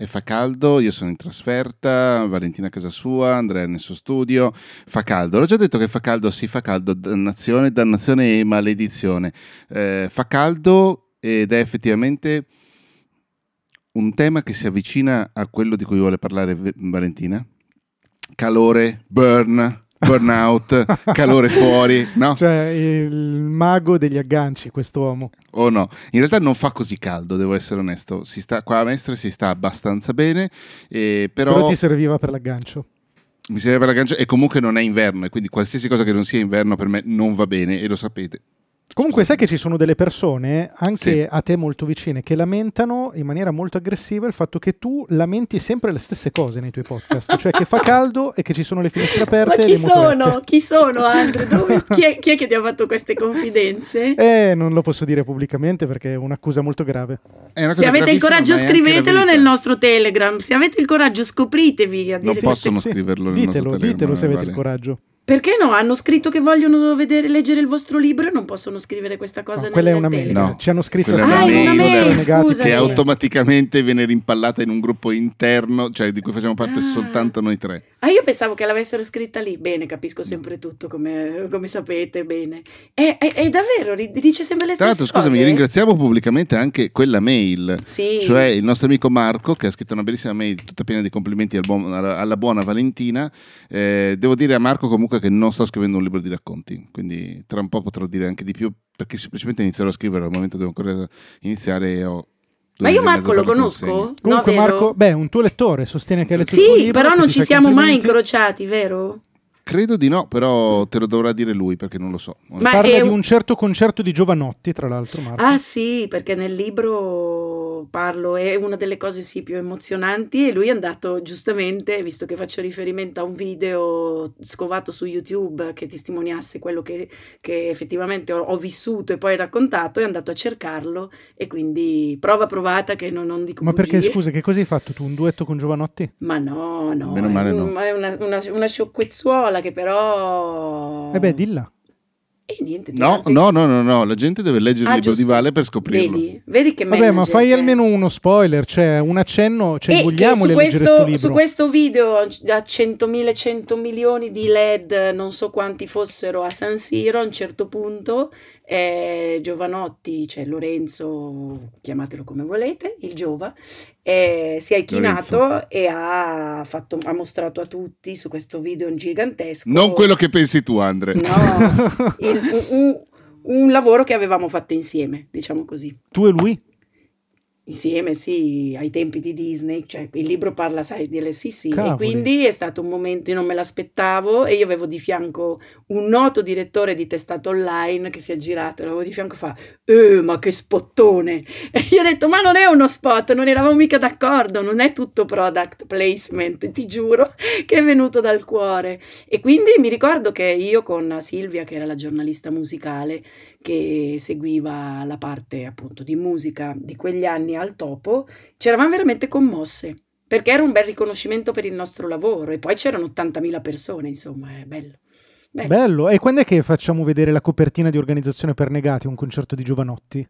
e fa caldo, io sono in trasferta, Valentina a casa sua, Andrea nel suo studio, fa caldo. L'ho già detto che fa caldo, sì, fa caldo, dannazione e maledizione. Fa caldo ed è effettivamente un tema che si avvicina a quello di cui vuole parlare Valentina. Calore, burnout, calore fuori, no? Cioè il mago degli agganci, quest'uomo. O no, in realtà non fa così caldo, devo essere onesto. Qua a Mestre si sta abbastanza bene, però ti serviva per l'aggancio. mi serve per l'aggancio e comunque non è inverno, e quindi qualsiasi cosa che non sia inverno per me non va bene, e lo sapete. Comunque sai che ci sono delle persone, anche Sì. a te molto vicine, che lamentano in maniera molto aggressiva il fatto che tu lamenti sempre le stesse cose nei tuoi podcast, cioè che fa caldo e che ci sono le finestre aperte. Ma e le motorette. chi sono Andre? Chi è che ti ha fatto queste confidenze? Non lo posso dire pubblicamente perché è un'accusa molto grave. È una cosa Se avete il gravissima, coraggio ma è anche la scrivetelo verità. nel nostro Telegram, se avete il coraggio scopritevi a dire Non queste possono cose. scriverlo nel nostro Telegram, Ditelo se avete vale. il coraggio. Perché no? Hanno scritto che vogliono leggere il vostro libro e non possono scrivere questa cosa No, quella è nel una mail. Telegram. No, Ci hanno scritto quella è una è una mail, renegati, scusa. che automaticamente viene rimpallata in un gruppo interno, cioè di cui facciamo parte soltanto noi tre. Ah, io pensavo che l'avessero scritta lì. Bene, capisco sempre tutto, come sapete bene. È davvero, dice sempre le Tra stesse l'altro, cose. scusami, ringraziamo pubblicamente anche quella mail, Sì. cioè il nostro amico Marco, che ha scritto una bellissima mail tutta piena di complimenti alla buona Valentina. Devo dire a Marco comunque che non sto scrivendo un libro di racconti, quindi tra un po' potrò dire anche di più, perché semplicemente inizierò a scrivere, al momento devo ancora iniziare e ho... Ma io Marco lo conosco? Comunque no, Marco, un tuo lettore sostiene che hai letto il tuo Sì, libro, però che non ti ci fa siamo mai complimenti. incrociati, vero? Credo di no, però te lo dovrà dire lui perché non lo so. Ma Parla è di un certo concerto di Giovanotti, tra l'altro, Marco. Ah sì, perché nel libro parlo, è una delle cose sì più emozionanti, e lui è andato giustamente, visto che faccio riferimento a un video scovato su YouTube che testimoniasse quello che effettivamente ho vissuto e poi raccontato, è andato a cercarlo, e quindi prova provata che non dico Ma perché, bugie. scusa, che cosa hai fatto tu? Un duetto con Giovanotti? Ma no, Meno male no. è una sciocchezzuola che però... Dilla. E niente, No, la gente deve leggere il libro di Vale per scoprirlo. Vedi che Vabbè, ma manager fai che è. almeno uno spoiler, cioè un accenno, cioè E vogliamo che leggere sto libro. su questo video a 100.000, 100 milioni di LED, non so quanti fossero a San Siro, a un certo punto Giovanotti, cioè Lorenzo, chiamatelo come volete, il Giova, si è inchinato Lorenzo. e ha mostrato a tutti su questo video gigantesco. Non quello che pensi tu, Andre. No, un lavoro che avevamo fatto insieme, diciamo così. Tu e lui? Insieme, sì, ai tempi di Disney, cioè il libro parla, sai, delle sì, Cavoli. e quindi è stato un momento, io non me l'aspettavo, e io avevo di fianco un noto direttore di testate online che si è girato, l'avevo di fianco e fa, ma che spottone, e io ho detto, ma non è uno spot, non eravamo mica d'accordo, non è tutto product placement, ti giuro che è venuto dal cuore. E quindi mi ricordo che io con Silvia, che era la giornalista musicale, che seguiva la parte appunto di musica di quegli anni al Topo, c'eravamo veramente commosse, perché era un bel riconoscimento per il nostro lavoro, e poi c'erano 80.000 persone, insomma, è bello. Bello. E quando è che facciamo vedere la copertina di Organizzazione per Negati, un concerto di Giovanotti?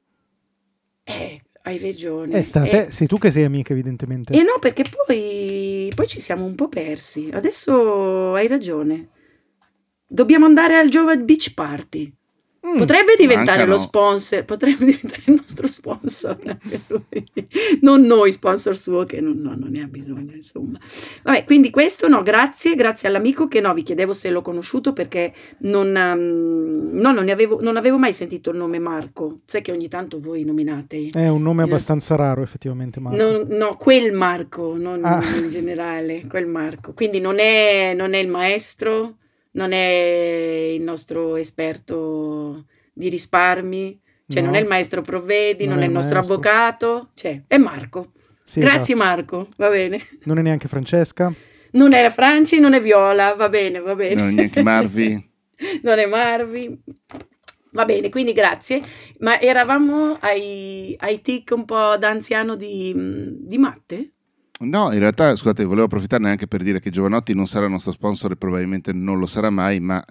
Hai ragione. Sei tu che sei amica, evidentemente. No, perché poi ci siamo un po' persi. Adesso hai ragione. Dobbiamo andare al Giova Beach Party. Potrebbe diventare lo sponsor, potrebbe diventare il nostro sponsor, non noi sponsor suo, che non ne ha bisogno, insomma. Vabbè, quindi questo no, grazie all'amico, che no, vi chiedevo se l'ho conosciuto, perché non avevo mai sentito il nome Marco. Sai che ogni tanto voi nominate. È un nome abbastanza raro, effettivamente, Marco. No, quel Marco, non in generale, quel Marco. Quindi non è il maestro, non è il nostro esperto di risparmi, cioè non è il maestro Provvedi, non è il nostro avvocato, cioè è Marco. Sì, grazie, esatto. Marco, va bene. Non è neanche Francesca? Non è la Franci, non è Viola, va bene. Non è neanche Marvi. Non è Marvi. Va bene, quindi grazie. Ma eravamo ai tic un po' da anziano di matte? No, in realtà, scusate, volevo approfittarne anche per dire che Giovanotti non sarà il nostro sponsor e probabilmente non lo sarà mai, ma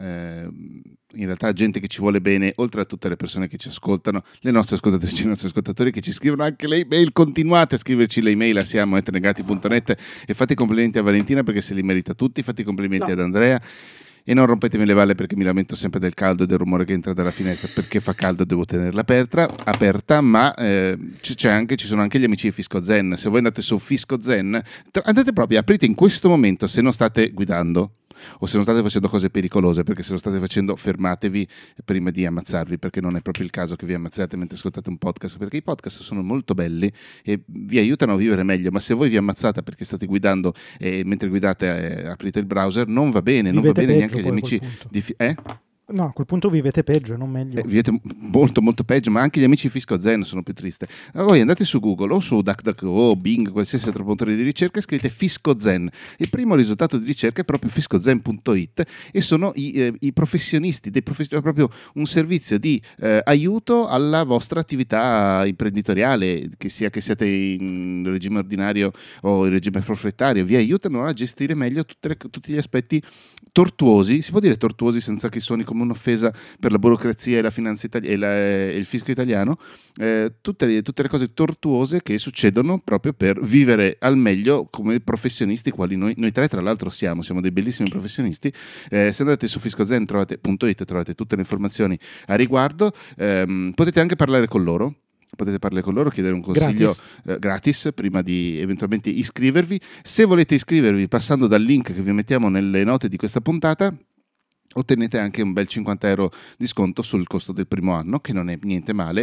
in realtà gente che ci vuole bene, oltre a tutte le persone che ci ascoltano, le nostre ascoltatrici e i nostri ascoltatori che ci scrivono anche le email, continuate a scriverci le email a siamo@negati.net e fate i complimenti a Valentina perché se li merita tutti, fate i complimenti ad Andrea. E non rompetemi le balle perché mi lamento sempre del caldo e del rumore che entra dalla finestra, perché fa caldo e devo tenerla aperta, ma ci sono anche gli amici di Fisco Zen. Se voi andate su Fisco Zen, andate proprio, aprite in questo momento, se non state guidando o se non state facendo cose pericolose, perché se lo state facendo fermatevi prima di ammazzarvi, perché non è proprio il caso che vi ammazzate mentre ascoltate un podcast, perché i podcast sono molto belli e vi aiutano a vivere meglio, ma se voi vi ammazzate perché state guidando e mentre guidate aprite il browser, non va bene, non va bene neanche agli amici di No, a quel punto vivete peggio, non meglio. Vivete molto molto peggio, ma anche gli amici di Fisco Zen sono più tristi. Allora, voi andate su Google o su DuckDuckGo o Bing, qualsiasi altro motore di ricerca, e scrivete Fisco Zen. Il primo risultato di ricerca è proprio fiscozen.it e sono i professionisti, proprio un servizio di aiuto alla vostra attività imprenditoriale, che sia che siate in regime ordinario o in regime forfettario, vi aiutano a gestire meglio tutti gli aspetti tortuosi, si può dire tortuosi senza che suoni come un'offesa per la burocrazia e la finanza e il fisco italiano, tutte le cose tortuose che succedono proprio per vivere al meglio come professionisti quali noi tre tra l'altro siamo dei bellissimi professionisti. Se andate su fiscozen trovate tutte le informazioni a riguardo, potete anche parlare con loro. Chiedere un consiglio gratis prima di eventualmente iscrivervi. Se volete iscrivervi passando dal link che vi mettiamo nelle note di questa puntata, ottenete anche un bel 50 euro di sconto sul costo del primo anno, che non è niente male,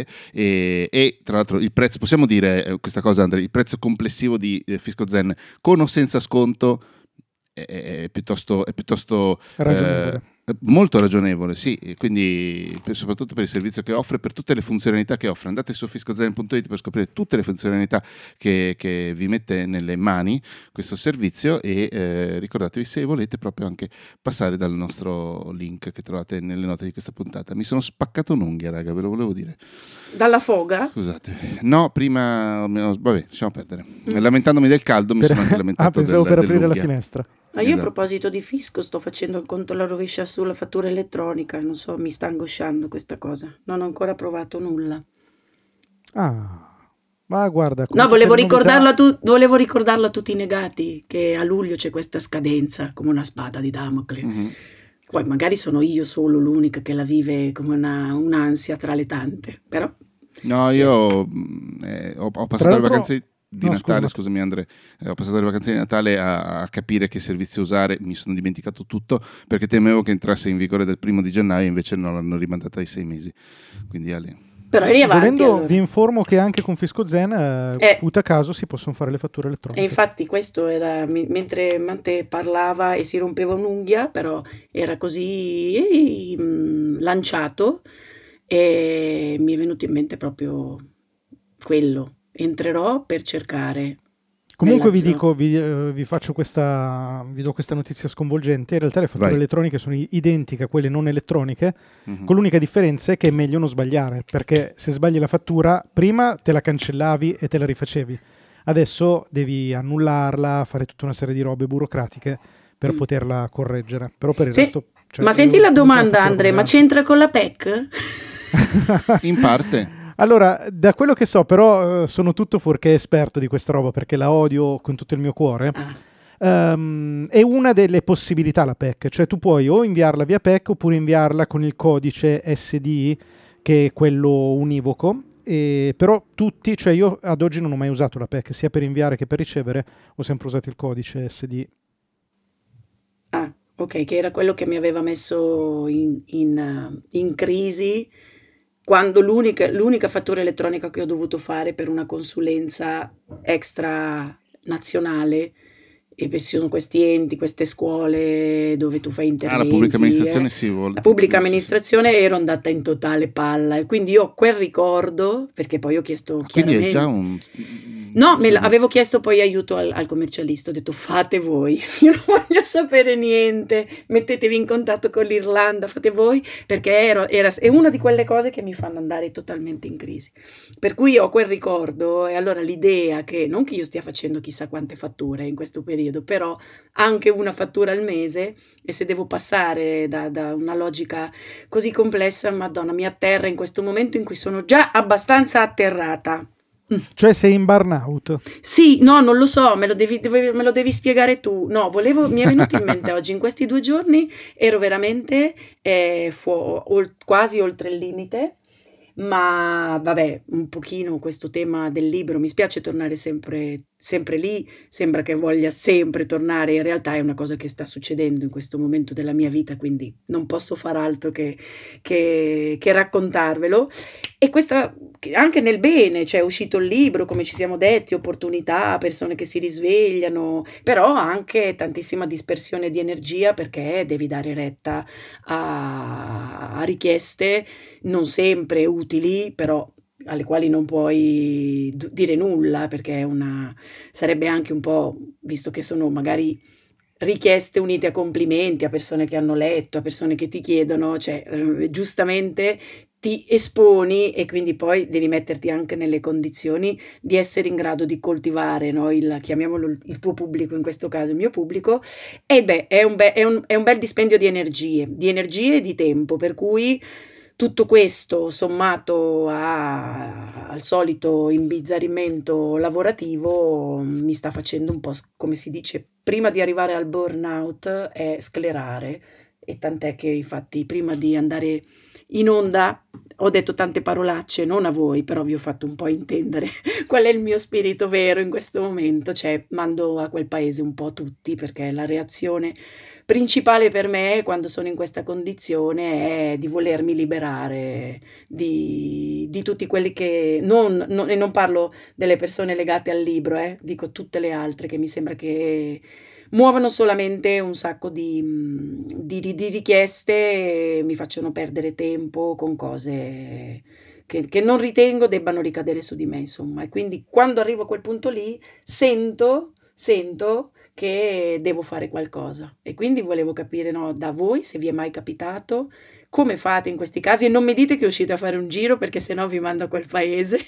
e tra l'altro il prezzo, possiamo dire questa cosa Andrea, il prezzo complessivo di Fisco Zen con o senza sconto è piuttosto ragionevole. Molto ragionevole, sì, quindi soprattutto per il servizio che offre, per tutte le funzionalità che offre. Andate su fiscozen.it per scoprire tutte le funzionalità che vi mette nelle mani questo servizio e ricordatevi, se volete, proprio anche passare dal nostro link che trovate nelle note di questa puntata. Mi sono spaccato un'unghia, raga, ve lo volevo dire. Dalla foga? Scusate. No, prima vabbè, lasciamo perdere. Lamentandomi del caldo mi sono anche lamentato pensavo per aprire dell'unghia. la finestra. Ma io a proposito di fisco sto facendo il conto alla rovescia sulla fattura elettronica, non so, mi sta angosciando questa cosa. Non ho ancora provato nulla. Ma guarda, no, volevo ricordarlo a tutti i negati che a luglio c'è questa scadenza come una spada di Damocle. Mm-hmm. Poi magari sono io solo l'unica che la vive come un'ansia tra le tante, però... No, io ho passato le vacanze di Natale, scusami Andre, ho passato le vacanze di Natale a capire che servizio usare, mi sono dimenticato tutto perché temevo che entrasse in vigore del 1 gennaio, invece non l'hanno rimandata ai 6 mesi, quindi però eri avanti, allora. Vi informo che anche con Fisco Zen puta caso si possono fare le fatture elettroniche. E infatti questo era mentre Mante parlava e si rompeva un'unghia, però era così lanciato e mi è venuto in mente proprio quello. Entrerò per cercare. Comunque vi do questa notizia sconvolgente. In realtà le fatture elettroniche sono identiche a quelle non elettroniche, con l'unica differenza è che è meglio non sbagliare, perché se sbagli la fattura prima te la cancellavi e te la rifacevi, adesso devi annullarla, fare tutta una serie di robe burocratiche per poterla correggere. Però per il resto, ma senti la domanda, Andre, ma c'entra con la PEC? In parte. Allora, da quello che so, però sono tutto fuorché esperto di questa roba perché la odio con tutto il mio cuore. È una delle possibilità la PEC, cioè tu puoi o inviarla via PEC oppure inviarla con il codice SDI, che è quello univoco. Però tutti, cioè io ad oggi non ho mai usato la PEC, sia per inviare che per ricevere, ho sempre usato il codice SDI. Ok, che era quello che mi aveva messo in crisi. Quando l'unica fattura elettronica che ho dovuto fare per una consulenza extra nazionale, e sono questi enti, queste scuole dove tu fai interventi. La pubblica amministrazione la pubblica amministrazione ero andata in totale palla e quindi io ho quel ricordo, perché poi ho chiesto chiaramente. Quindi è già No, avevo chiesto poi aiuto al commercialista, ho detto fate voi, io non voglio sapere niente, mettetevi in contatto con l'Irlanda, fate voi, perché è una di quelle cose che mi fanno andare totalmente in crisi. Per cui ho quel ricordo e allora l'idea che, non che io stia facendo chissà quante fatture in questo periodo, però anche una fattura al mese, e se devo passare da una logica così complessa, Madonna, mi atterra in questo momento in cui sono già abbastanza atterrata. Cioè sei in burnout? Sì, no, non lo so, me lo devi spiegare tu. No, mi è venuto in mente oggi, in questi 2 giorni ero veramente quasi oltre il limite, ma vabbè, un pochino questo tema del libro, mi spiace tornare sempre lì, sembra che voglia sempre tornare, in realtà è una cosa che sta succedendo in questo momento della mia vita, quindi non posso far altro che raccontarvelo. E questa anche nel bene, cioè è uscito il libro, come ci siamo detti, opportunità, persone che si risvegliano, però anche tantissima dispersione di energia perché devi dare retta a richieste non sempre utili, però alle quali non puoi dire nulla perché sarebbe anche un po', visto che sono magari richieste unite a complimenti, a persone che hanno letto, a persone che ti chiedono, cioè giustamente ti esponi e quindi poi devi metterti anche nelle condizioni di essere in grado di coltivare, no? Chiamiamolo il tuo pubblico, in questo caso il mio pubblico, e beh, è un bel dispendio di energie e di tempo, per cui tutto questo sommato al solito imbizzarimento lavorativo mi sta facendo un po', come si dice, prima di arrivare al burnout è sclerare, e tant'è che infatti prima di andare in onda ho detto tante parolacce, non a voi, però vi ho fatto un po' intendere qual è il mio spirito vero in questo momento, cioè mando a quel paese un po' tutti, perché la reazione principale per me quando sono in questa condizione è di volermi liberare di tutti quelli che e non parlo delle persone legate al libro, dico tutte le altre che mi sembra che muovono solamente un sacco di richieste e mi facciano perdere tempo con cose che non ritengo debbano ricadere su di me, insomma. E quindi quando arrivo a quel punto lì sento che devo fare qualcosa, e quindi volevo capire, no, da voi se vi è mai capitato, come fate in questi casi, e non mi dite che uscite a fare un giro perché sennò vi mando a quel paese.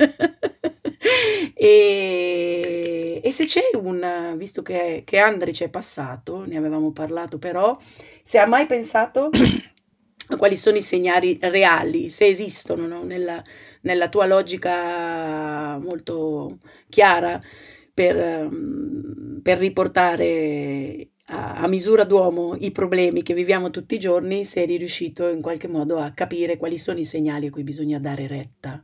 E se c'è visto che Andre c'è passato, ne avevamo parlato, però se ha mai pensato a quali sono i segnali reali, se esistono, no? Nella tua logica molto chiara per riportare a misura d'uomo i problemi che viviamo tutti i giorni, se eri riuscito in qualche modo a capire quali sono i segnali a cui bisogna dare retta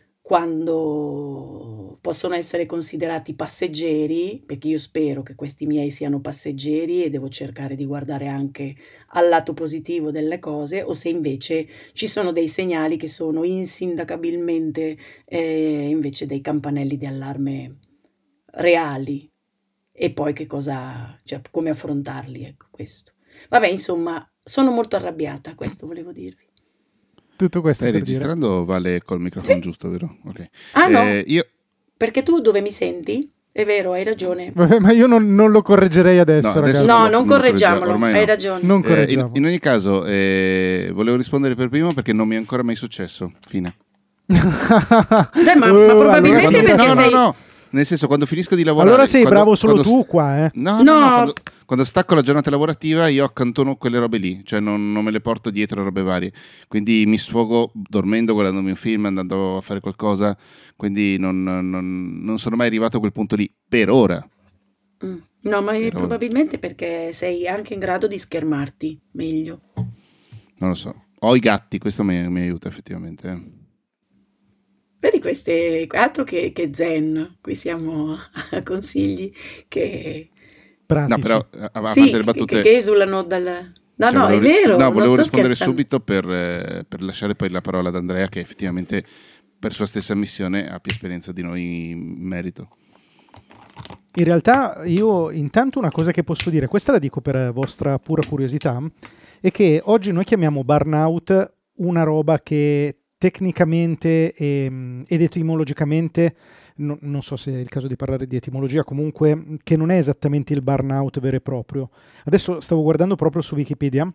quando possono essere considerati passeggeri, perché io spero che questi miei siano passeggeri e devo cercare di guardare anche al lato positivo delle cose, o se invece ci sono dei segnali che sono insindacabilmente invece dei campanelli di allarme reali, e poi cioè come affrontarli, ecco questo. Vabbè, insomma, sono molto arrabbiata, questo volevo dirvi. Tutto questo stai per registrando dire. Vale col microfono Sì. giusto, vero? Ok. Ah no, Io... perché tu dove mi senti? È vero, hai ragione. Vabbè, ma io non lo correggerei adesso, No, adesso ragazzi. No, non correggiamolo, ormai hai no. ragione. Non in correggiamo. ogni caso, volevo rispondere per primo perché non mi è ancora mai successo. Fine. Dai, ma probabilmente allora, perché sei... No. Nel senso, quando finisco di lavorare... Allora sei bravo solo tu qua, No. Quando stacco la giornata lavorativa io accantono quelle robe lì, cioè non me le porto dietro robe varie, quindi mi sfogo dormendo, guardandomi un film, andando a fare qualcosa, quindi non sono mai arrivato a quel punto lì, per ora. No, ma probabilmente perché sei anche in grado di schermarti meglio. Non lo so, ho i gatti, questo mi aiuta effettivamente. Vedi queste, altro che zen, qui siamo a consigli che... Pratici. No, però a parte Sì, le battute... che esulano dal... No, cioè, è vero, no, non volevo sto rispondere scherzando. subito per lasciare poi la parola ad Andrea, che effettivamente per sua stessa missione ha più esperienza di noi in merito. In realtà io intanto una cosa che posso dire, questa la dico per vostra pura curiosità, è che oggi noi chiamiamo burnout una roba che tecnicamente ed etimologicamente non so se è il caso di parlare di etimologia, comunque che non è esattamente il burnout vero e proprio. Adesso stavo guardando proprio su Wikipedia,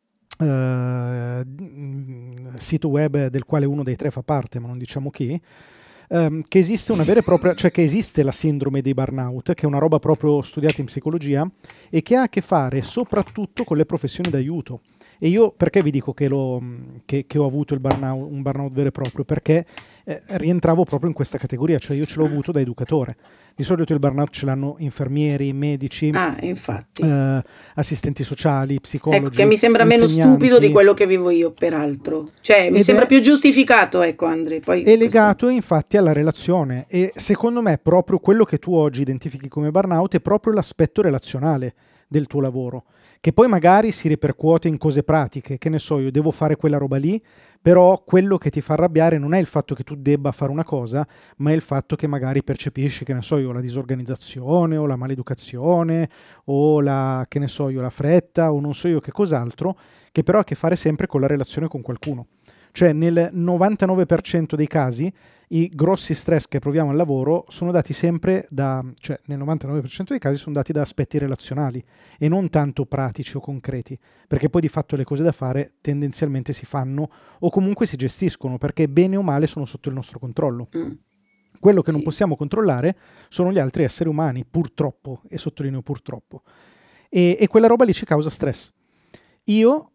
sito web del quale uno dei tre fa parte, ma non diciamo chi, che esiste una vera e propria, cioè che esiste la sindrome dei burnout, che è una roba proprio studiata in psicologia e che ha a che fare soprattutto con le professioni d'aiuto. E io perché vi dico che ho avuto un burnout vero e proprio? Perché rientravo proprio in questa categoria, cioè io ce l'ho avuto da educatore. Di solito il burnout ce l'hanno infermieri, medici, infatti. assistenti sociali, psicologi. Ecco, che mi sembra meno stupido di quello che vivo io, peraltro. Cioè, mi sembra più giustificato, ecco, Andrea. Poi è legato infatti alla relazione e secondo me proprio quello che tu oggi identifichi come burnout è proprio l'aspetto relazionale del tuo lavoro, che poi magari si ripercuote in cose pratiche, che ne so, io devo fare quella roba lì, però quello che ti fa arrabbiare non è il fatto che tu debba fare una cosa, ma è il fatto che magari percepisci, che ne so io, la disorganizzazione o la maleducazione o la, che ne so io, la fretta o non so io che cos'altro, che però ha a che fare sempre con la relazione con qualcuno. Cioè nel 99% dei casi i grossi stress che proviamo al lavoro sono dati sempre cioè nel 99% dei casi sono dati da aspetti relazionali e non tanto pratici o concreti, perché poi di fatto le cose da fare tendenzialmente si fanno o comunque si gestiscono, perché bene o male sono sotto il nostro controllo. Quello che non possiamo controllare sono gli altri esseri umani, purtroppo, e sottolineo purtroppo. E quella roba lì ci causa stress. Io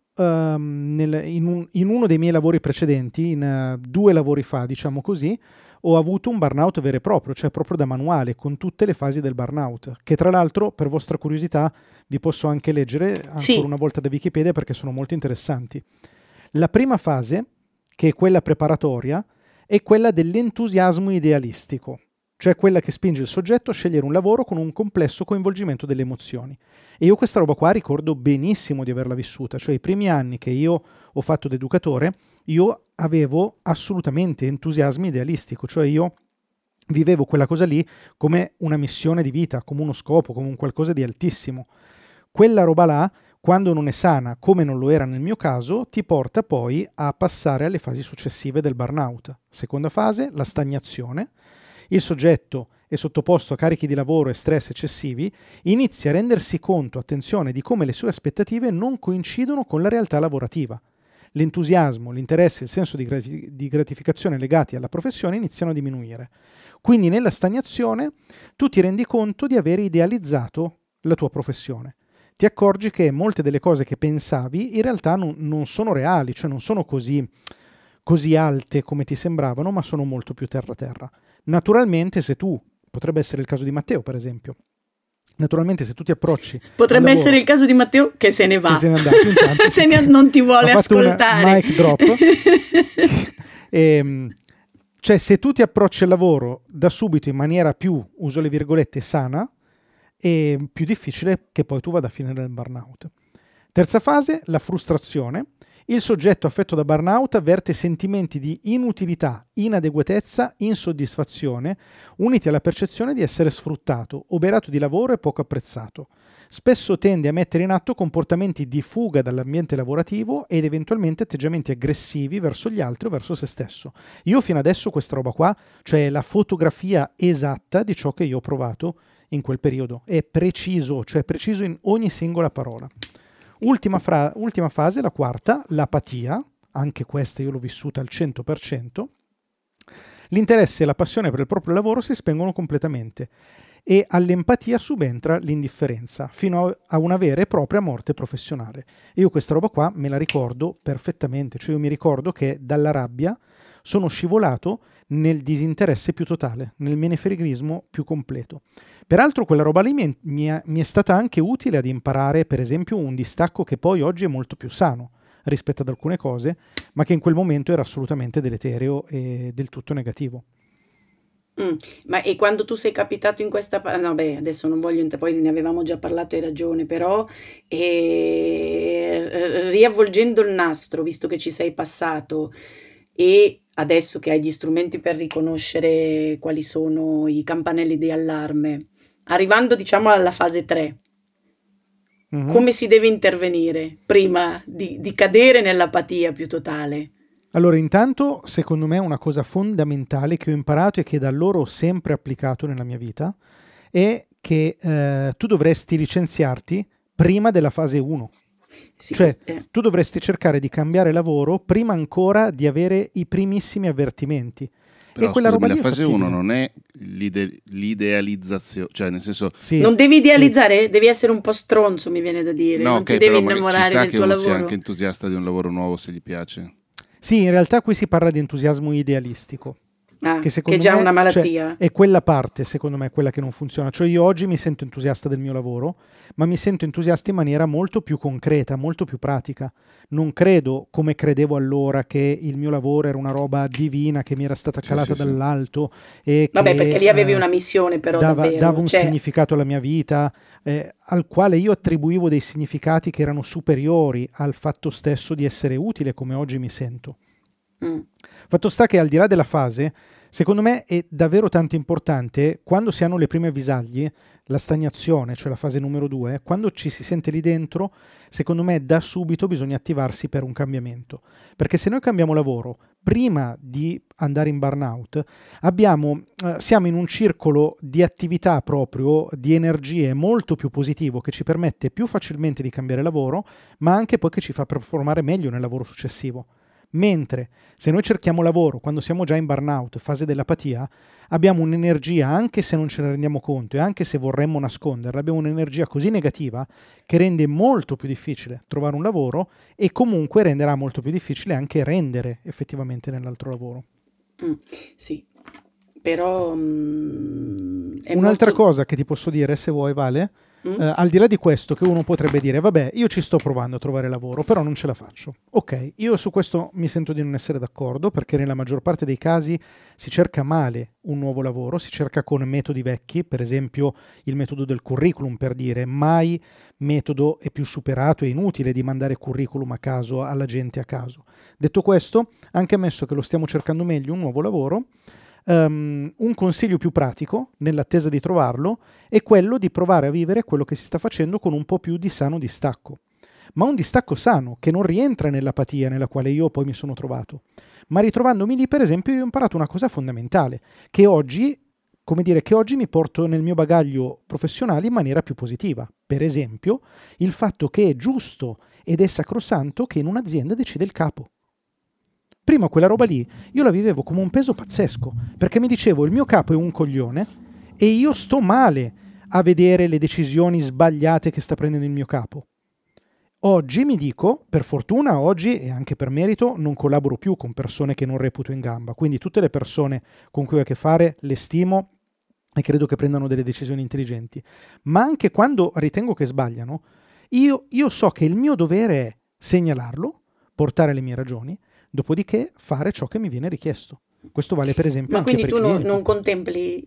in uno dei miei lavori precedenti, in 2 lavori fa, diciamo così, ho avuto un burnout vero e proprio, cioè proprio da manuale, con tutte le fasi del burnout, che tra l'altro, per vostra curiosità, vi posso anche leggere ancora una volta da Wikipedia perché sono molto interessanti. La prima fase, che è quella preparatoria, è quella dell'entusiasmo idealistico, cioè quella che spinge il soggetto a scegliere un lavoro con un complesso coinvolgimento delle emozioni. E io questa roba qua ricordo benissimo di averla vissuta, cioè i primi anni che io ho fatto da educatore, io avevo assolutamente entusiasmo idealistico, cioè io vivevo quella cosa lì come una missione di vita, come uno scopo, come un qualcosa di altissimo. Quella roba là, quando non è sana, come non lo era nel mio caso, ti porta poi a passare alle fasi successive del burnout. Seconda fase, la stagnazione. Il soggetto è sottoposto a carichi di lavoro e stress eccessivi, inizia a rendersi conto, attenzione, di come le sue aspettative non coincidono con la realtà lavorativa. L'entusiasmo, l'interesse e il senso di gratificazione legati alla professione iniziano a diminuire. Quindi nella stagnazione tu ti rendi conto di aver idealizzato la tua professione. Ti accorgi che molte delle cose che pensavi in realtà non sono reali, cioè non sono così alte come ti sembravano, ma sono molto più terra-terra. Naturalmente se tu, potrebbe essere il caso di Matteo per esempio, naturalmente se tu ti approcci potrebbe essere il caso di Matteo che se ne va, che se ne è andato intanto, se non ti vuole ascoltare, mic drop. Cioè se tu ti approcci al lavoro da subito in maniera più, uso le virgolette, sana, è più difficile che poi tu vada a finire nel burnout. Terza fase, la frustrazione. Il soggetto affetto da burnout avverte sentimenti di inutilità, inadeguatezza, insoddisfazione, uniti alla percezione di essere sfruttato, oberato di lavoro e poco apprezzato. Spesso tende a mettere in atto comportamenti di fuga dall'ambiente lavorativo ed eventualmente atteggiamenti aggressivi verso gli altri o verso se stesso. Io fino adesso questa roba qua, cioè la fotografia esatta di ciò che io ho provato in quel periodo. È preciso, cioè preciso in ogni singola parola. Ultima fase, la quarta, l'apatia, anche questa io l'ho vissuta al 100%, l'interesse e la passione per il proprio lavoro si spengono completamente e all'empatia subentra l'indifferenza, fino a una vera e propria morte professionale. E io questa roba qua me la ricordo perfettamente, cioè io mi ricordo che dalla rabbia sono scivolato nel disinteresse più totale, nel menefreghismo più completo. Peraltro quella roba lì mi è stata anche utile ad imparare, per esempio, un distacco che poi oggi è molto più sano rispetto ad alcune cose, ma che in quel momento era assolutamente deleterio e del tutto negativo. Ma e quando tu sei capitato in questa no beh, adesso non voglio poi ne avevamo già parlato, hai ragione, però riavvolgendo il nastro, visto che ci sei passato e adesso che hai gli strumenti per riconoscere quali sono i campanelli di allarme, arrivando diciamo alla fase 3, come si deve intervenire prima di cadere nell'apatia più totale? Allora, intanto, secondo me una cosa fondamentale che ho imparato e che da allora ho sempre applicato nella mia vita è che tu dovresti licenziarti prima della fase 1. Sì, Cioè, questo tu dovresti cercare di cambiare lavoro prima ancora di avere i primissimi avvertimenti. E Però quella scusami, roba la lì è fase 1 fattibile. non è l'idealizzazione, cioè nel senso, Sì, non devi sì. idealizzare, devi essere un po' stronzo, mi viene da dire, no, non ti ok, devi però ci innamorare sta del che tuo uno sia lavoro. anche entusiasta di un lavoro nuovo se gli piace. Sì, in realtà qui si parla di entusiasmo idealistico, Ah, che che è secondo già me, una cioè, malattia. è quella parte, secondo me, quella che non funziona. Cioè io oggi mi sento entusiasta del mio lavoro, ma mi sento entusiasta in maniera molto più concreta, molto più pratica. Non credo, come credevo allora, che il mio lavoro era una roba divina che mi era stata Sì, calata sì, sì. dall'alto e Vabbè, perché che lì avevi una missione però dava davvero, un cioè, significato alla mia vita, al quale io attribuivo dei significati che erano superiori al fatto stesso di essere utile come oggi mi sento. mm, Fatto sta che al di là della fase, secondo me è davvero tanto importante, quando si hanno le prime avvisaglie, la stagnazione, cioè la fase numero 2, quando ci si sente lì dentro, secondo me da subito bisogna attivarsi per un cambiamento. Perché se noi cambiamo lavoro prima di andare in burnout, siamo in un circolo di attività proprio, di energie molto più positivo che ci permette più facilmente di cambiare lavoro, ma anche poi che ci fa performare meglio nel lavoro successivo. Mentre se noi cerchiamo lavoro quando siamo già in burnout, fase dell'apatia, abbiamo un'energia, anche se non ce ne rendiamo conto e anche se vorremmo nasconderla, abbiamo un'energia così negativa che rende molto più difficile trovare un lavoro e comunque renderà molto più difficile anche rendere effettivamente nell'altro lavoro. sì, però è Un'altra molto... cosa che ti posso dire, se vuoi, Vale, Mm? al di là di questo, che uno potrebbe dire, vabbè, io ci sto provando a trovare lavoro, però non ce la faccio. Ok, io su questo mi sento di non essere d'accordo, perché nella maggior parte dei casi si cerca male un nuovo lavoro, si cerca con metodi vecchi, per esempio il metodo del curriculum, per dire, mai metodo è più superato e inutile di mandare curriculum a caso alla gente a caso. Detto questo, anche ammesso che lo stiamo cercando meglio un nuovo lavoro, un consiglio più pratico, nell'attesa di trovarlo, è quello di provare a vivere quello che si sta facendo con un po' più di sano distacco. Ma un distacco sano, che non rientra nell'apatia nella quale io poi mi sono trovato. Ma ritrovandomi lì, per esempio, io ho imparato una cosa fondamentale, che oggi mi porto nel mio bagaglio professionale in maniera più positiva. Per esempio, il fatto che è giusto ed è sacrosanto che in un'azienda decide il capo. Prima quella roba lì io la vivevo come un peso pazzesco, perché mi dicevo il mio capo è un coglione e io sto male a vedere le decisioni sbagliate che sta prendendo il mio capo. Oggi mi dico, per fortuna oggi e anche per merito, non collaboro più con persone che non reputo in gamba, quindi tutte le persone con cui ho a che fare le stimo e credo che prendano delle decisioni intelligenti, ma anche quando ritengo che sbagliano, io so che il mio dovere è segnalarlo, portare le mie ragioni, dopodiché fare ciò che mi viene richiesto. Questo vale per esempio Ma anche quindi per i tu clienti. non contempli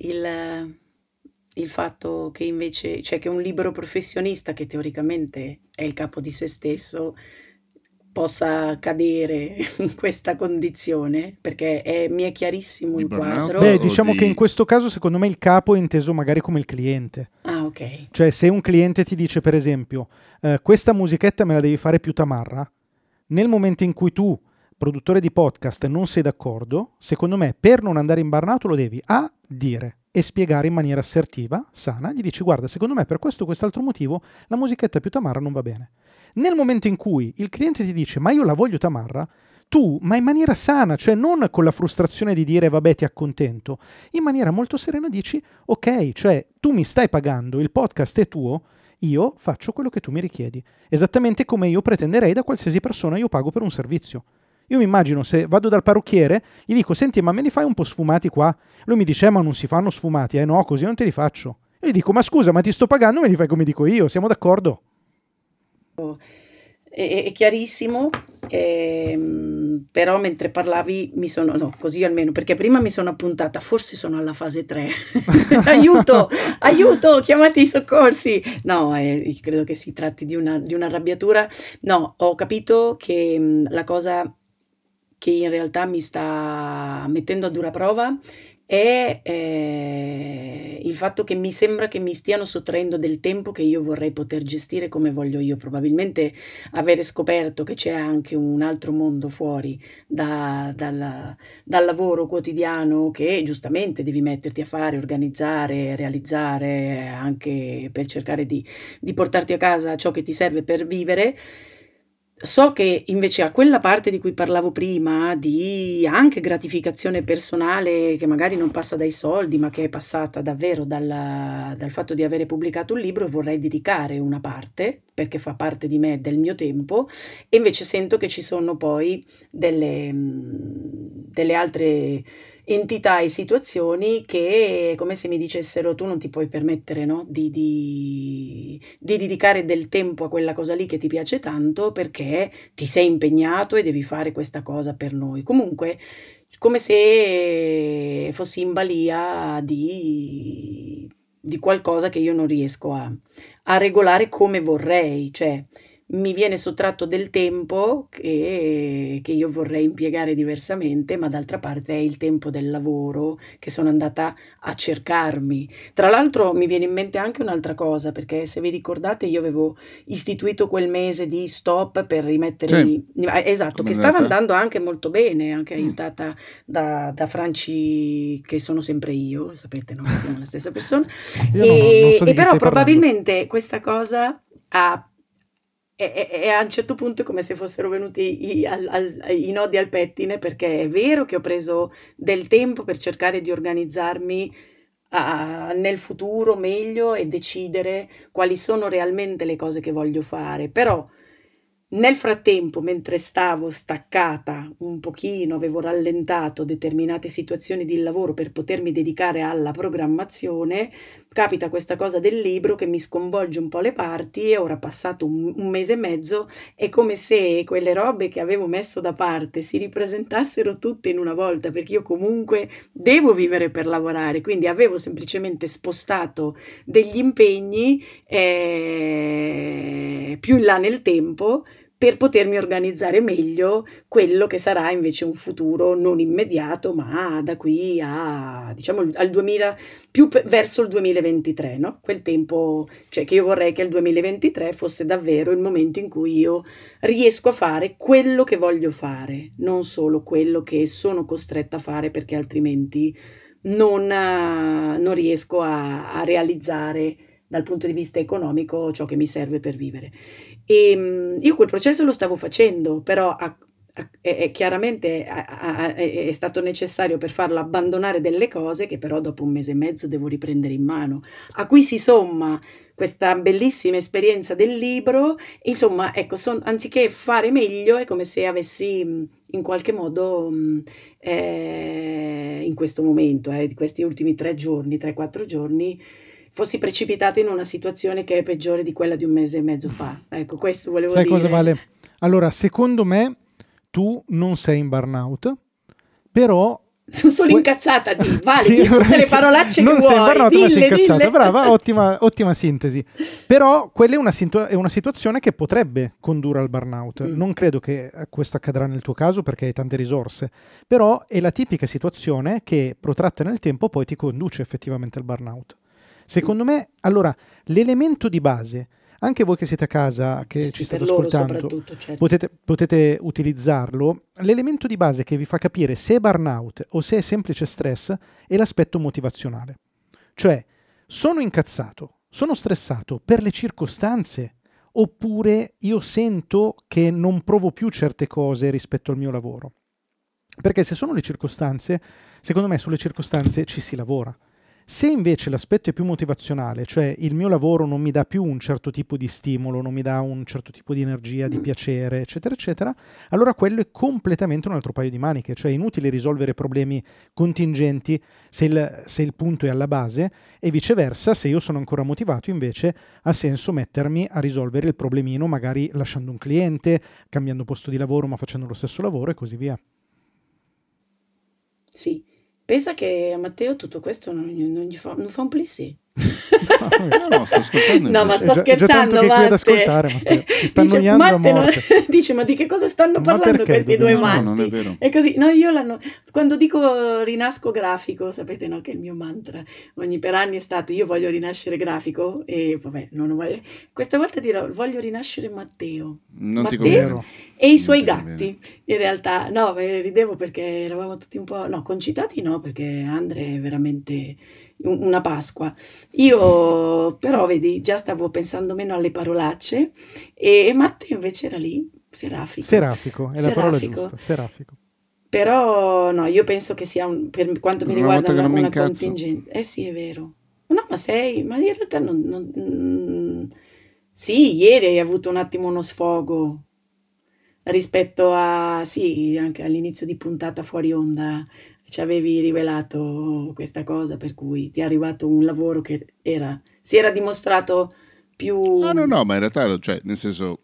il fatto che invece, cioè che un libero professionista che teoricamente è il capo di se stesso possa cadere in questa condizione? Perché mi è chiarissimo Di il burnout quadro. Beh, o diciamo che in di... questo caso secondo me il capo è inteso magari come il cliente. Ah, ok. Cioè se un cliente ti dice per esempio questa musichetta me la devi fare più tamarra, nel momento in cui tu, produttore di podcast, non sei d'accordo, secondo me per non andare in burnout lo devi dire e spiegare in maniera assertiva, sana, gli dici guarda secondo me per questo o quest'altro motivo la musichetta più tamarra non va bene. Nel momento in cui il cliente ti dice ma io la voglio tamarra, tu, ma in maniera sana, cioè non con la frustrazione di dire vabbè ti accontento, in maniera molto serena dici ok, cioè tu mi stai pagando, il podcast è tuo, io faccio quello che tu mi richiedi, esattamente come io pretenderei da qualsiasi persona io pago per un servizio. Io mi immagino se vado dal parrucchiere, gli dico senti ma me li fai un po' sfumati qua? Lui mi dice ma non si fanno sfumati, no così non te li faccio. Io gli dico ma scusa ma ti sto pagando me li fai come dico io, siamo d'accordo? È chiarissimo, però mentre parlavi mi sono, no, così almeno, perché prima mi sono appuntata, forse sono alla fase 3, aiuto, aiuto, chiamate i soccorsi. No, io credo che si tratti di una arrabbiatura. No, ho capito che la cosa che in realtà mi sta mettendo a dura prova è il fatto che mi sembra che mi stiano sottraendo del tempo che io vorrei poter gestire come voglio io. Probabilmente avere scoperto che c'è anche un altro mondo fuori dal lavoro quotidiano che giustamente devi metterti a fare, organizzare, realizzare, anche per cercare di portarti a casa ciò che ti serve per vivere. So che invece a quella parte di cui parlavo prima, di anche gratificazione personale che magari non passa dai soldi, ma che è passata davvero dal fatto di avere pubblicato un libro, vorrei dedicare una parte, perché fa parte di me, del mio tempo, e invece sento che ci sono poi delle altre entità e situazioni che è come se mi dicessero tu non ti puoi permettere, no, di dedicare del tempo a quella cosa lì che ti piace tanto perché ti sei impegnato e devi fare questa cosa per noi. Comunque, come se fossi in balia di qualcosa che io non riesco a regolare come vorrei, cioè mi viene sottratto del tempo che io vorrei impiegare diversamente, ma d'altra parte è il tempo del lavoro che sono andata a cercarmi. Tra l'altro mi viene in mente anche un'altra cosa, perché se vi ricordate io avevo istituito quel mese di stop per rimettere Sì, esatto, come che è stava andata? andando anche molto bene, anche aiutata da Franci, che sono sempre io, sapete, non siamo la stessa persona. Io non so di E chi però stai parlando. probabilmente questa cosa ha e a un certo punto è come se fossero venuti i nodi al pettine, perché è vero che ho preso del tempo per cercare di organizzarmi nel futuro meglio e decidere quali sono realmente le cose che voglio fare, però nel frattempo, mentre stavo staccata un pochino, avevo rallentato determinate situazioni di lavoro per potermi dedicare alla programmazione, capita questa cosa del libro che mi sconvolge un po' le parti e ora passato un mese e mezzo è come se quelle robe che avevo messo da parte si ripresentassero tutte in una volta, perché io comunque devo vivere per lavorare, quindi avevo semplicemente spostato degli impegni più in là nel tempo per potermi organizzare meglio quello che sarà invece un futuro non immediato, ma da qui a, diciamo, al 2000, verso il 2023, no? Quel tempo, cioè che io vorrei che il 2023 fosse davvero il momento in cui io riesco a fare quello che voglio fare, non solo quello che sono costretta a fare perché altrimenti non riesco a realizzare dal punto di vista economico ciò che mi serve per vivere. Io quel processo lo stavo facendo, però chiaramente è stato necessario per farlo abbandonare delle cose che però dopo un mese e mezzo devo riprendere in mano, a cui si somma questa bellissima esperienza del libro. Insomma, ecco, anziché fare meglio, è come se avessi in qualche modo, in questo momento, di questi ultimi 3, 4 giorni, fossi precipitata in una situazione che è peggiore di quella di un mese e mezzo fa. Ecco, questo volevo Sai cosa, dire. Vale? Allora, secondo me tu non sei in burnout, però Sono solo incazzata di Vale, sì, di tutte le parolacce non che sei in vuoi. burnout, ma sei incazzata. Dille. Brava, ottima sintesi. Però quella è una situazione che potrebbe condurre al burnout. Non credo che questo accadrà nel tuo caso perché hai tante risorse, però è la tipica situazione che protratta nel tempo poi ti conduce effettivamente al burnout. Secondo me, allora, l'elemento di base, anche voi che siete a casa, che Sì, ci state per loro ascoltando, soprattutto, certo. potete utilizzarlo. L'elemento di base che vi fa capire se è burnout o se è semplice stress è l'aspetto motivazionale. Cioè, sono incazzato, sono stressato per le circostanze, oppure io sento che non provo più certe cose rispetto al mio lavoro. Perché se sono le circostanze, secondo me sulle circostanze ci si lavora. Se invece l'aspetto è più motivazionale, cioè il mio lavoro non mi dà più un certo tipo di stimolo, non mi dà un certo tipo di energia, di piacere, eccetera, eccetera, allora quello è completamente un altro paio di maniche, cioè è inutile risolvere problemi contingenti se il punto è alla base, e viceversa, se io sono ancora motivato invece ha senso mettermi a risolvere il problemino, magari lasciando un cliente, cambiando posto di lavoro ma facendo lo stesso lavoro e così via. Sì. Pensa che a Matteo tutto questo non fa un plissé. No, sto ascoltando No, ma invece. sto È già scherzando, tanto che è qui ad Matte. ascoltare, Matteo. Si sta Dice, annoiando a Matte morte. dice, ma di che cosa stanno Ma parlando perché questi due dobbiamo- No, non è matti? vero. E così, no, quando dico rinasco grafico, sapete, no, che è il mio mantra, per anni è stato, io voglio rinascere grafico, e vabbè, non lo voglio. Questa volta dirò, voglio rinascere Matteo. Non ti Matteo conviene. e i Non suoi ti conviene. gatti, in realtà, no, ridevo perché eravamo tutti un po', no, concitati no, perché Andre è veramente una Pasqua. Io però, vedi, già stavo pensando meno alle parolacce e Matteo invece era lì, serafico. Serafico, è la parola Serafico. giusta, serafico. Però no, io penso che sia, per quanto mi Per una riguarda, volta che non mi una incazzo. contingente. Eh sì, è vero. No, ma in realtà sì, ieri hai avuto un attimo uno sfogo rispetto sì, anche all'inizio di puntata fuori onda ci avevi rivelato questa cosa per cui ti è arrivato un lavoro che si era dimostrato più... No, ma in realtà, cioè, nel senso,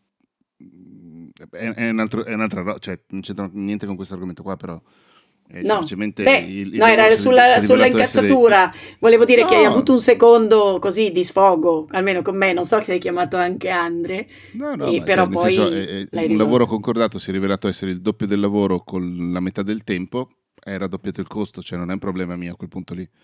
è un'altra roba, cioè, non c'entra niente con questo argomento qua, però è No, semplicemente no, era lavoro si è sulla rivelato essere... incazzatura. Volevo dire che hai No, avuto un secondo così di sfogo, almeno con me. Non so se hai chiamato anche Andre, no, ma però cioè, nel poi senso, l'hai un risolto. lavoro concordato si è rivelato essere il doppio del lavoro con la metà del tempo, è raddoppiato il costo, cioè non è un problema mio a quel punto lì.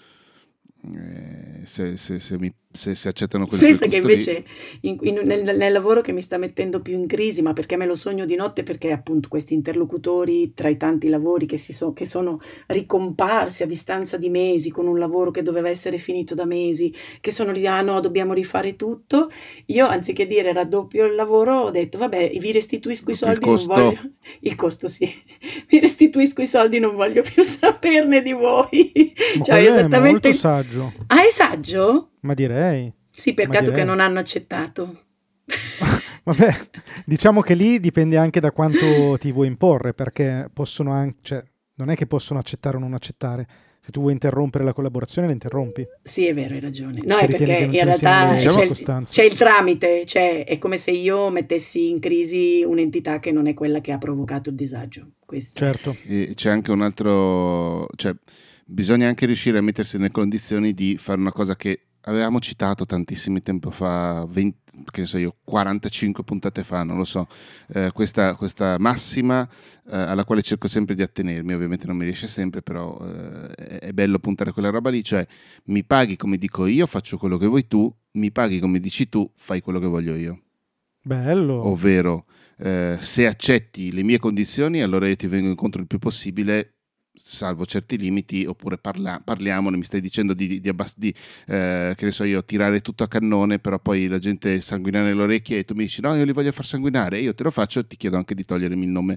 Se accettano quel Pensa che costo lì, invece nel lavoro che mi sta mettendo più in crisi, ma perché me lo sogno di notte, perché appunto questi interlocutori tra i tanti lavori che sono ricomparsi a distanza di mesi con un lavoro che doveva essere finito da mesi, che sono lì, ah no, dobbiamo rifare tutto. Io anziché dire raddoppio il lavoro ho detto vabbè, vi restituisco i soldi, non voglio il costo, sì, vi restituisco i soldi, non voglio più saperne di voi. Ma Cioè, quello è esattamente. molto saggio, Ah, è saggio? ma direi. Sì, peccato che non hanno accettato. Vabbè, diciamo che lì dipende anche da quanto ti vuoi imporre, perché possono anche, cioè, non è che possono accettare o non accettare. Se tu vuoi interrompere la collaborazione, la interrompi. Sì, è vero, hai ragione. No, Se è ritieni perché che non in ce ne siano realtà le Diciamo- circostanze. c'è il tramite, cioè è come se io mettessi in crisi un'entità che non è quella che ha provocato il disagio. Questo. Certo. E c'è anche un altro, cioè bisogna anche riuscire a mettersi nelle condizioni di fare una cosa che avevamo citato tantissimi tempo fa, 20, che ne so io, 45 puntate fa, non lo so, questa massima alla quale cerco sempre di attenermi, ovviamente non mi riesce sempre, però è bello puntare a quella roba lì, cioè mi paghi come dico io, faccio quello che vuoi tu, mi paghi come dici tu, fai quello che voglio io. Bello. Ovvero, se accetti le mie condizioni, allora io ti vengo incontro il più possibile, salvo certi limiti, oppure parliamone, mi stai dicendo che ne so io, tirare tutto a cannone, però poi la gente sanguina nelle orecchie e tu mi dici no, io li voglio far sanguinare, io te lo faccio e ti chiedo anche di togliermi il nome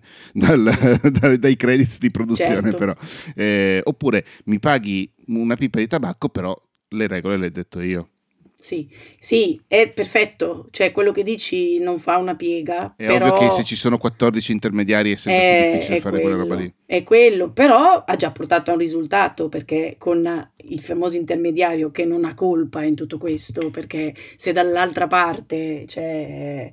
dai credits di produzione, Certo. però. Oppure mi paghi una pipa di tabacco, però le regole le ho detto io. Sì, è perfetto, cioè quello che dici non fa una piega, È però ovvio che se ci sono 14 intermediari è sempre più difficile fare quella roba lì. È quello, però ha già portato a un risultato, perché con il famoso intermediario che non ha colpa in tutto questo, perché se dall'altra parte c'è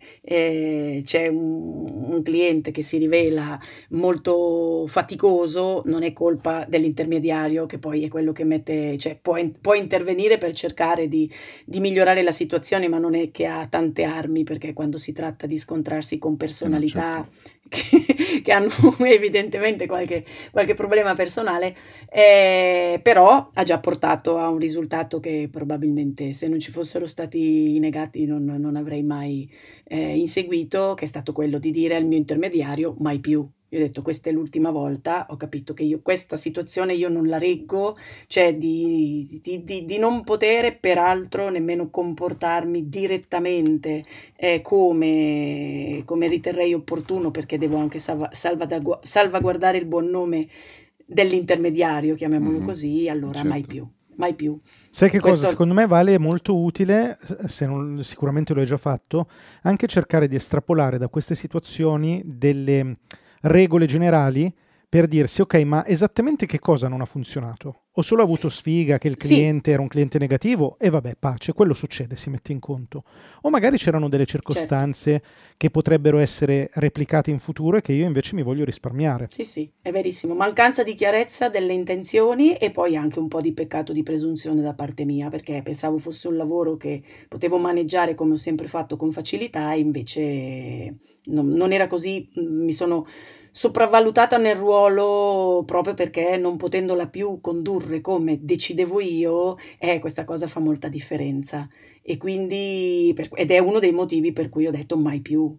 un cliente che si rivela molto faticoso, non è colpa dell'intermediario, che poi è quello che mette, cioè può intervenire per cercare di migliorare la situazione, ma non è che ha tante armi, perché quando si tratta di scontrarsi con personalità che hanno evidentemente qualche problema personale, però ha già portato a un risultato che probabilmente se non ci fossero stati i negati non avrei mai inseguito, che è stato quello di dire al mio intermediario mai più. Io ho detto questa è l'ultima volta, ho capito che questa situazione io non la reggo, cioè di non poter peraltro nemmeno comportarmi direttamente come riterrei opportuno, perché devo anche salvaguardare il buon nome dell'intermediario, chiamiamolo così, allora certo. mai più. Sai che Questo- cosa secondo me vale molto utile, se non, sicuramente lo hai già fatto, anche cercare di estrapolare da queste situazioni delle regole generali per dirsi ok, ma esattamente che cosa non ha funzionato? Ho solo avuto sfiga che il cliente era un cliente negativo e vabbè, pace, quello succede, si mette in conto. O magari c'erano delle circostanze che potrebbero essere replicate in futuro e che io invece mi voglio risparmiare. Sì, è verissimo. Mancanza di chiarezza delle intenzioni e poi anche un po' di peccato di presunzione da parte mia, perché pensavo fosse un lavoro che potevo maneggiare come ho sempre fatto con facilità e invece non era così. Mi sono sopravvalutata nel ruolo proprio perché non potendola più condurre come decidevo io, questa cosa fa molta differenza. E quindi ed è uno dei motivi per cui ho detto mai più,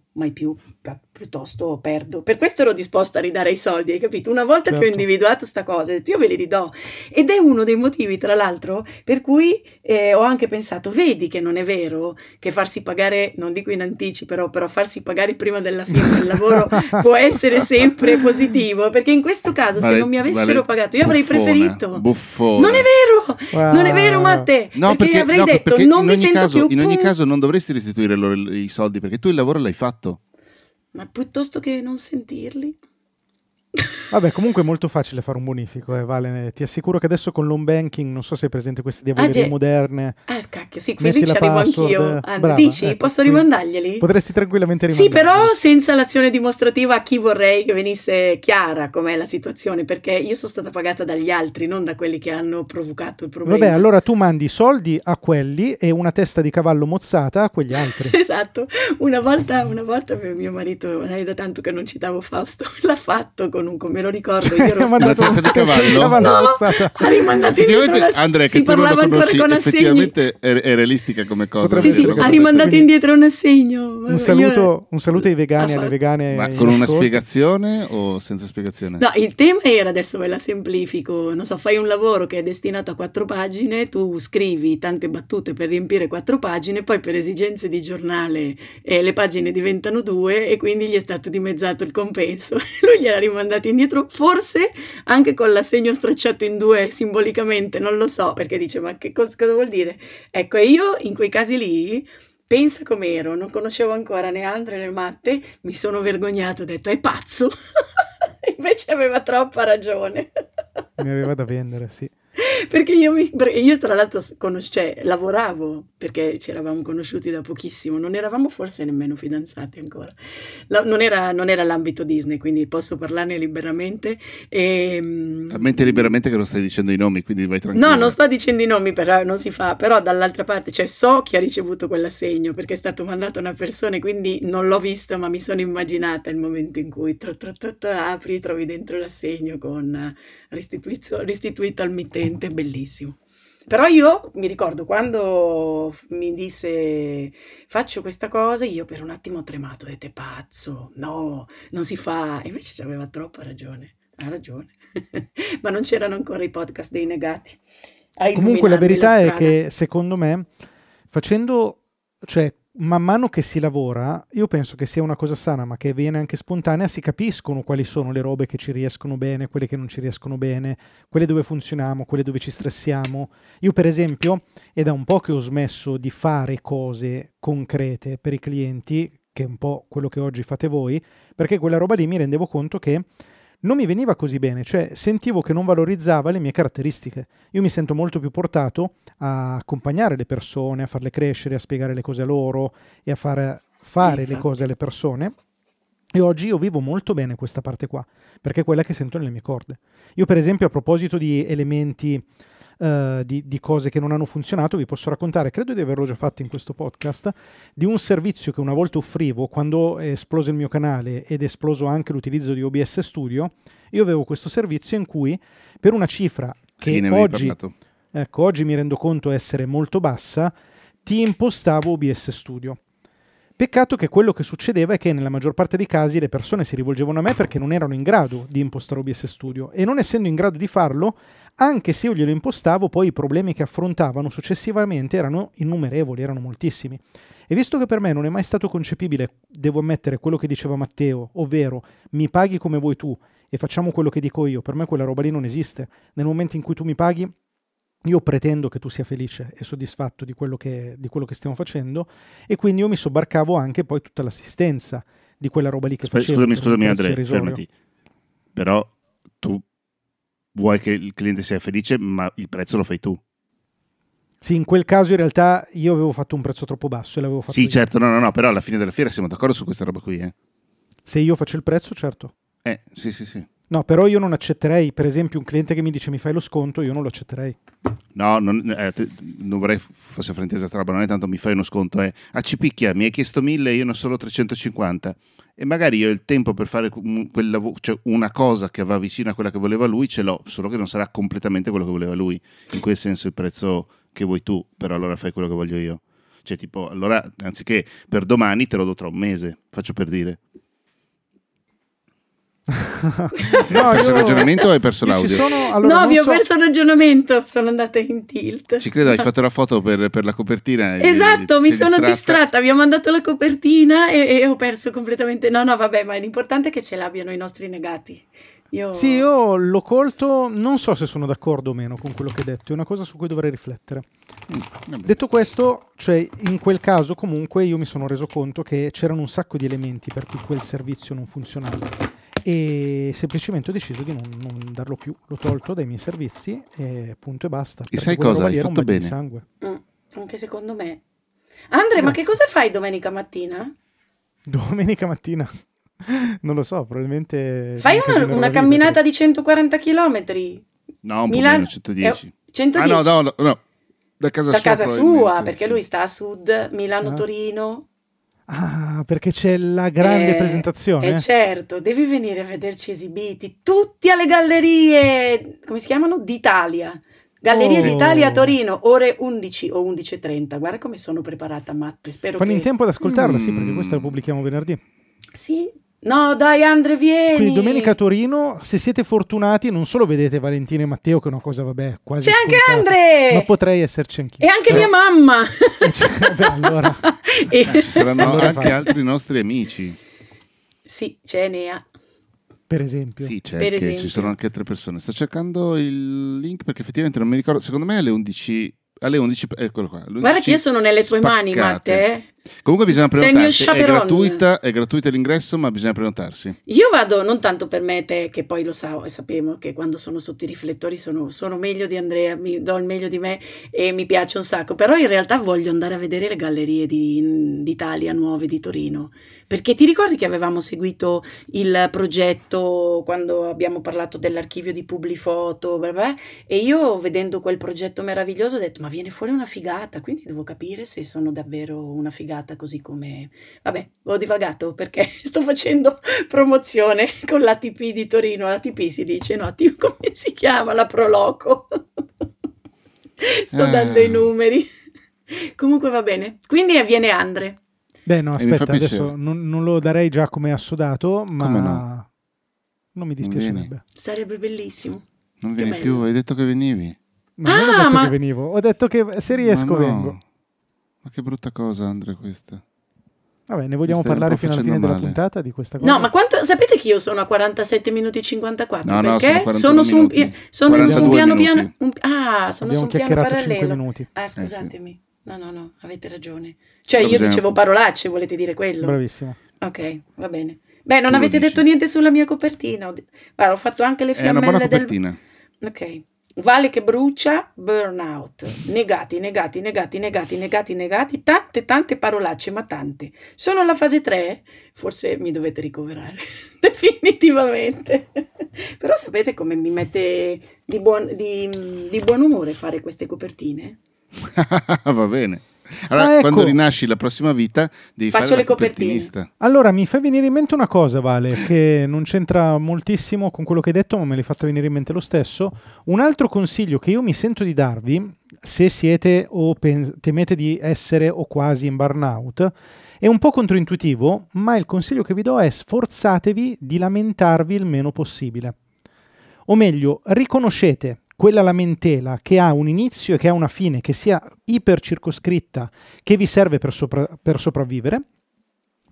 piuttosto perdo. Per questo ero disposta a ridare i soldi, hai capito? Una volta che ho individuato sta cosa, ho detto io ve li ridò. Ed è uno dei motivi, tra l'altro, per cui ho anche pensato, vedi che non è vero che farsi pagare, non dico in anticipo, però farsi pagare prima della fine del lavoro può essere sempre positivo, perché in questo caso se non mi avessero pagato io avrei preferito. Buffone. Non è vero, non è vero, Matte, no, perché avrei detto non mi sento più. In ogni caso non dovresti restituire loro i soldi perché tu il lavoro l'hai fatto. Ma piuttosto che non sentirli. Vabbè, comunque è molto facile fare un bonifico, Vale. Ti assicuro che adesso con l'home banking, non so se hai presente queste diavolerie moderne. Scacchio, sì, quelli ci arrivo anch'io. Dici, ecco, posso rimandarglieli? Potresti tranquillamente rimandarli. Sì, però senza l'azione dimostrativa a chi vorrei che venisse chiara com'è la situazione, perché io sono stata pagata dagli altri, non da quelli che hanno provocato il problema. Vabbè, allora tu mandi soldi a quelli e una testa di cavallo mozzata a quegli altri. Esatto. Una volta mio marito, è da tanto che non citavo Fausto, l'ha fatto con un me lo ricordo, io ero una testa di cavallo? No, ha rimandato indietro Andrea, si parlava ancora con assegni. Effettivamente è realistica come cosa. Sì, ha rimandato indietro un assegno. Un saluto ai vegani e alle vegane. Ma con una spiegazione o senza spiegazione? No, il tema era, adesso ve la semplifico, non so, fai un lavoro che è destinato a 4 pagine, tu scrivi tante battute per riempire 4 pagine, poi per esigenze di giornale le pagine diventano 2 e quindi gli è stato dimezzato il compenso. Lui gliel'ha rimandato indietro, forse anche con l'assegno stracciato in 2 simbolicamente, non lo so, perché dice ma che cosa vuol dire? Ecco, e io in quei casi lì pensa com'ero, non conoscevo ancora né Andre né Matte, mi sono vergognato, ho detto è pazzo. Invece aveva troppa ragione. Mi aveva da vendere, sì. Perché io tra l'altro lavoravo, perché ci eravamo conosciuti da pochissimo, non eravamo forse nemmeno fidanzati ancora, non era l'ambito Disney, quindi posso parlarne liberamente. Talmente liberamente che non stai dicendo i nomi, quindi vai tranquillo. No, non sto dicendo i nomi, però non si fa, però dall'altra parte, so chi ha ricevuto quell'assegno, perché è stato mandato a una persona, quindi non l'ho visto, ma mi sono immaginata il momento in cui apri, trovi dentro l'assegno con restituito al mittente, bellissimo. Però io mi ricordo quando mi disse faccio questa cosa, io per un attimo ho tremato, ho detto pazzo, no, non si fa, e invece aveva troppa ragione, ha ragione. Ma non c'erano ancora i podcast dei negati. Comunque la verità è che secondo me man mano che si lavora, io penso che sia una cosa sana, ma che viene anche spontanea, si capiscono quali sono le robe che ci riescono bene, quelle che non ci riescono bene, quelle dove funzioniamo, quelle dove ci stressiamo. Io per esempio, è da un po' che ho smesso di fare cose concrete per i clienti, che è un po' quello che oggi fate voi, perché quella roba lì mi rendevo conto che non mi veniva così bene, cioè sentivo che non valorizzava le mie caratteristiche. Io mi sento molto più portato a accompagnare le persone, a farle crescere, a spiegare le cose a loro e a fare le cose alle persone. E oggi io vivo molto bene questa parte qua, perché è quella che sento nelle mie corde. Io per esempio, a proposito di elementi, di cose che non hanno funzionato, vi posso raccontare, credo di averlo già fatto in questo podcast, di un servizio che una volta offrivo quando è esploso il mio canale ed è esploso anche l'utilizzo di OBS Studio. Io avevo questo servizio in cui per una cifra che oggi mi rendo conto essere molto bassa, ti impostavo OBS Studio. Peccato che quello che succedeva è che nella maggior parte dei casi le persone si rivolgevano a me perché non erano in grado di impostare OBS Studio, e non essendo in grado di farlo, anche se io glielo impostavo, poi i problemi che affrontavano successivamente erano innumerevoli, erano moltissimi. E visto che per me non è mai stato concepibile, devo ammettere quello che diceva Matteo, ovvero mi paghi come vuoi tu e facciamo quello che dico io, per me quella roba lì non esiste. Nel momento in cui tu mi paghi, io pretendo che tu sia felice e soddisfatto di quello che stiamo facendo, e quindi io mi sobbarcavo anche poi tutta l'assistenza di quella roba lì che facevo. Scusami Andrea, fermati. Però tu vuoi che il cliente sia felice, ma il prezzo lo fai tu. Sì, in quel caso in realtà io avevo fatto un prezzo troppo basso e l'avevo fatto Sì, io. certo, no, però alla fine della fiera siamo d'accordo su questa roba qui, eh? Se io faccio il prezzo, certo. Sì. No, però io non accetterei, per esempio, un cliente che mi dice mi fai lo sconto, io non lo accetterei. No, non vorrei fosse fraintesa questa roba, non è tanto mi fai uno sconto, è ci picchia, mi hai chiesto 1.000 e io ne ho solo 350 e magari io ho il tempo per fare quel lavoro, cioè una cosa che va vicino a quella che voleva lui, ce l'ho, solo che non sarà completamente quello che voleva lui, in quel senso il prezzo che vuoi tu, però allora fai quello che voglio io. Cioè tipo, allora anziché per domani te lo do tra un mese, faccio per dire. No, hai perso il ragionamento o hai perso io ci l'audio? sono, allora, No, non vi ho so- perso il ragionamento, sono andata in tilt. Ci credo, hai fatto la foto per la copertina. Esatto, ti mi sei sono distratta, vi ho mandato la copertina e ho perso completamente. No, vabbè, ma l'importante è che ce l'abbiano i nostri negati. Sì, io l'ho colto, non so se sono d'accordo o meno con quello che hai detto, è una cosa su cui dovrei riflettere. Vabbè. Detto questo, cioè in quel caso comunque io mi sono reso conto che c'erano un sacco di elementi per cui quel servizio non funzionava e semplicemente ho deciso di non darlo più, l'ho tolto dai miei servizi e punto e basta. E sai quella cosa? roba Hai lì era un fatto bagno di bene. sangue. Anche secondo me. Andre, ma che Grazie. cosa fai domenica mattina? Domenica mattina? Non lo so, probabilmente... Fai mi incasinerò la una vita, camminata credo. di 140 chilometri. No, un po' Milano- meno, 110. 110. Ah no, da casa Da sua. casa sua, probabilmente, perché sì. lui sta a sud, Milano-Torino. Ah, perché c'è la grande presentazione? Certo, devi venire a vederci esibiti, tutti alle gallerie, come si chiamano? D'Italia. Gallerie Oh. d'Italia a Torino, ore 11 o 11:30. Guarda come sono preparata, Matte. Spero Fanno che... in tempo ad ascoltarla, sì, perché questa la pubblichiamo venerdì. Sì. No, dai, Andre, vieni. Quindi domenica a Torino, se siete fortunati, non solo vedete Valentina e Matteo, che è una cosa, vabbè, quasi C'è anche scontata, Andre! ma potrei esserci anch'io. E anche Cioè, mia mamma. vabbè, allora. E- Ci saranno Allora anche vai. altri nostri amici. Sì, c'è Enea. Per esempio. Sì, c'è Per che esempio. ci sono anche altre persone. Sto cercando il link perché effettivamente non mi ricordo. Secondo me alle 11. Alle 11, eccolo qua. alle Guarda che 11 io sono nelle tue mani, spaccate. Matte. Comunque bisogna Sei il mio prenotarsi. chaperon. È gratuita l'ingresso, ma bisogna prenotarsi. Io vado non tanto per me, te, che poi lo sappiamo che quando sono sotto i riflettori sono meglio di Andrea, mi do il meglio di me e mi piace un sacco, però in realtà voglio andare a vedere le gallerie d'Italia nuove di Torino, perché ti ricordi che avevamo seguito il progetto quando abbiamo parlato dell'archivio di Publifoto, e io vedendo quel progetto meraviglioso ho detto ma viene fuori una figata, quindi devo capire se sono davvero una figata così come... Vabbè, ho divagato perché sto facendo promozione con l'ATP di Torino. L'ATP si dice, no? Come si chiama la Proloco? Sto dando i numeri. Comunque va bene. Quindi viene Andre. Beh, no, E mi fa aspetta, adesso piacere. non lo darei già come assodato, ma Come no? non mi dispiacerebbe. Sarebbe bellissimo. Non Che vieni bello. più, hai detto che venivi. Ma non ho detto ma- che venivo, ho detto che se riesco Ma no. vengo. Ma che brutta cosa, Andrea, questa. Vabbè, ne vogliamo Mi stai un parlare po' fino alla fine facendo della male. puntata di questa cosa? No, ma quanto sapete che io sono a 47 minuti e 54? No, no, perché sono 41 su un, minuti. sono su un 42 piano minuti. sono Abbiamo su un piano chiacchierato 5 parallelo. minuti. Ah, scusatemi. No, avete ragione. Cioè, Però io bisogna- dicevo parolacce, volete dire quello? Bravissimo. Ok, va bene. Beh, non Tu lo avete dici. detto niente sulla mia copertina. Guarda, ho fatto anche le È una buona fiammelle copertina. Ok. Vale che brucia, burnout. Negati, tante parolacce, ma tante. Sono alla fase 3? Forse mi dovete ricoverare. Definitivamente. Però sapete come mi mette di buon umore fare queste copertine? Va bene. Allora, Ah, ecco. quando rinasci la prossima vita, devi Faccio fare le la copertine. copertinista. Allora, mi fa venire in mente una cosa, Vale, che non c'entra moltissimo con quello che hai detto, ma me l'hai fatta venire in mente lo stesso. Un altro consiglio che io mi sento di darvi, se siete o temete di essere o quasi in burnout, è un po' controintuitivo, ma il consiglio che vi do è sforzatevi di lamentarvi il meno possibile. O meglio, riconoscete quella lamentela che ha un inizio e che ha una fine, che sia iper circoscritta, che vi serve per sopravvivere,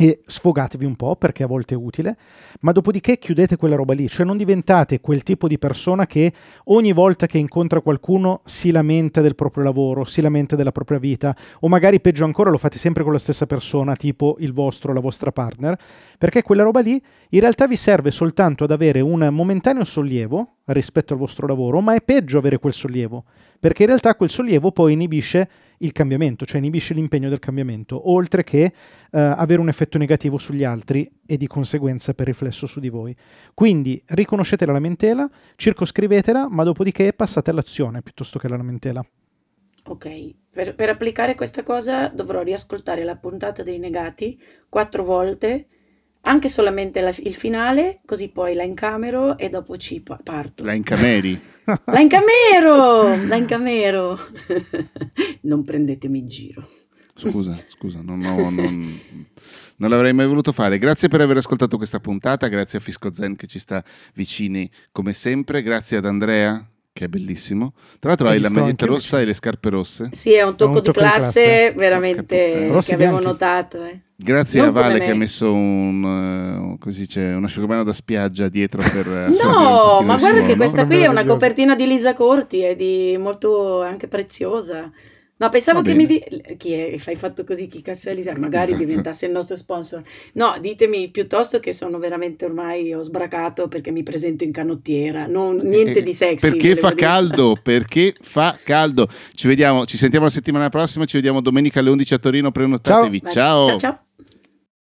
e sfogatevi un po', perché a volte è utile, ma dopodiché chiudete quella roba lì, cioè non diventate quel tipo di persona che ogni volta che incontra qualcuno si lamenta del proprio lavoro, si lamenta della propria vita, o magari peggio ancora lo fate sempre con la stessa persona, tipo il vostro o la vostra partner, perché quella roba lì in realtà vi serve soltanto ad avere un momentaneo sollievo rispetto al vostro lavoro, ma è peggio avere quel sollievo, perché in realtà quel sollievo poi inibisce il cambiamento, cioè inibisce l'impegno del cambiamento, oltre che avere un effetto negativo sugli altri e di conseguenza per riflesso su di voi. Quindi riconoscete la lamentela, circoscrivetela, ma dopodiché passate all'azione piuttosto che alla lamentela. Ok, per applicare questa cosa dovrò riascoltare la puntata dei negati 4 volte, anche solamente il finale, così poi la incamero e dopo parto. La incameri? La incamero! La incamero! Non prendetemi in giro. Scusa, non l'avrei mai voluto fare. Grazie per aver ascoltato questa puntata, grazie a Fisco Zen che ci sta vicini come sempre, grazie ad Andrea che è bellissimo. Tra l'altro hai la maglietta rossa e le scarpe rosse. Sì, è un tocco di classe veramente che avevo bianchi. notato. Grazie Non a Vale come me. che ha messo un asciugamano da spiaggia dietro per No, ma guarda che questa qui è una Meraviglioso. copertina di Lisa Corti, è di molto anche preziosa. No, pensavo Va che bene. chi è? Fai fatto così, chi cazzo è Lisa? Magari diventasse il nostro sponsor. No, ditemi piuttosto che sono veramente ormai ho sbracato perché mi presento in canottiera, niente di sexy. Perché volevo fa dire. caldo, perché fa caldo. Ci sentiamo la settimana prossima, ci vediamo domenica alle 11 a Torino, prenotatevi. Ciao ciao.